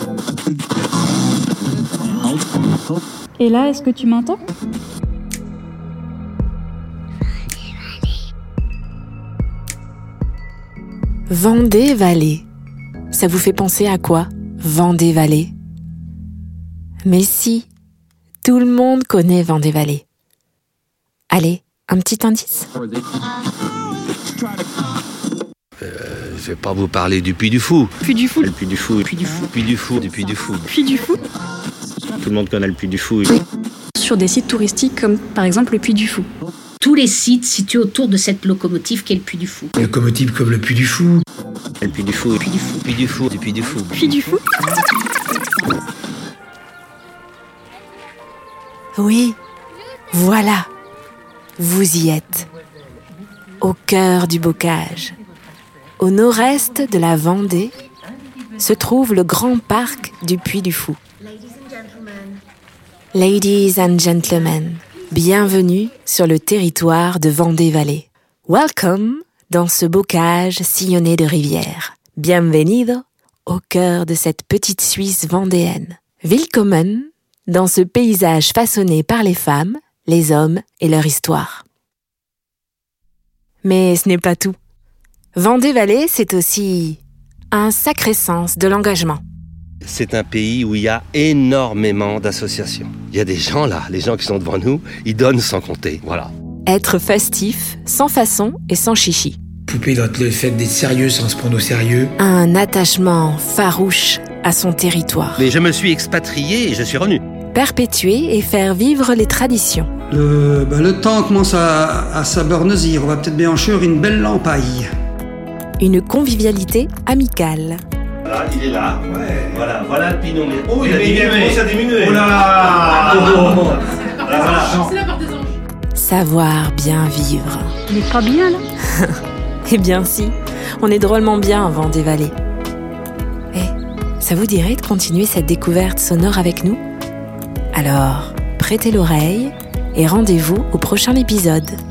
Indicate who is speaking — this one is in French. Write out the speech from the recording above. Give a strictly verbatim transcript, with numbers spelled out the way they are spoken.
Speaker 1: Et là, est-ce que tu m'entends ?
Speaker 2: Vendée-Vallée. Ça vous fait penser à quoi, Vendée-Vallée ? Mais si, tout le monde connaît Vendée-Vallée. Allez, un petit indice ?
Speaker 3: Euh, je vais pas vous parler du Puy du Fou.
Speaker 1: Puy du Fou.
Speaker 3: Le Puy du Fou.
Speaker 1: Puy du Fou.
Speaker 3: Puy du Fou. Du Puy du Fou.
Speaker 1: Puy du Fou.
Speaker 3: Tout le monde connaît le Puy du Fou.
Speaker 1: Sur des sites touristiques comme par exemple le Puy du Fou.
Speaker 4: Tous les sites situés autour de cette locomotive qu'est le Puy du Fou.
Speaker 5: Locomotive comme le Puy du Fou.
Speaker 3: Le Puy du Fou.
Speaker 4: Le Puy du Fou.
Speaker 3: Puy du Fou. Du Puy du Fou.
Speaker 1: Puy du Fou.
Speaker 2: Oui, voilà, vous y êtes, au cœur du bocage. Au nord-est de la Vendée se trouve le grand parc du Puy du Fou. Ladies and gentlemen, bienvenue sur le territoire de Vendée-Vallée. Welcome dans ce bocage sillonné de rivières. Bienvenido au cœur de cette petite Suisse vendéenne. Willkommen dans ce paysage façonné par les femmes, les hommes et leur histoire. Mais ce n'est pas tout. Vendée-Vallée, c'est aussi un sacré sens de l'engagement.
Speaker 3: C'est un pays où il y a énormément d'associations. Il y a des gens là, les gens qui sont devant nous, ils donnent sans compter, voilà.
Speaker 2: Être festif, sans façon et sans chichi.
Speaker 5: Poupée doit être le fait d'être sérieux sans se prendre au sérieux.
Speaker 2: Un attachement farouche à son territoire.
Speaker 3: Mais je me suis expatrié et je suis revenu.
Speaker 2: Perpétuer et faire vivre les traditions.
Speaker 6: Le, ben le temps commence à, à s'abornezir. On va peut-être bien encher une belle lampaille.
Speaker 2: Une convivialité amicale.
Speaker 3: Voilà, il est là. Ouais. Voilà, voilà le pinot. Oh, il,
Speaker 7: il
Speaker 3: a diminué.
Speaker 7: ça a diminué.
Speaker 3: Oh là là. Oh, oh, oh. Voilà, voilà.
Speaker 8: C'est la part des anges.
Speaker 2: Savoir bien vivre.
Speaker 1: On n'est pas bien là ?
Speaker 2: Eh bien si, on est drôlement bien en Vendée-Vallée. Eh, ça vous dirait de continuer cette découverte sonore avec nous ? Alors, prêtez l'oreille et rendez-vous au prochain épisode.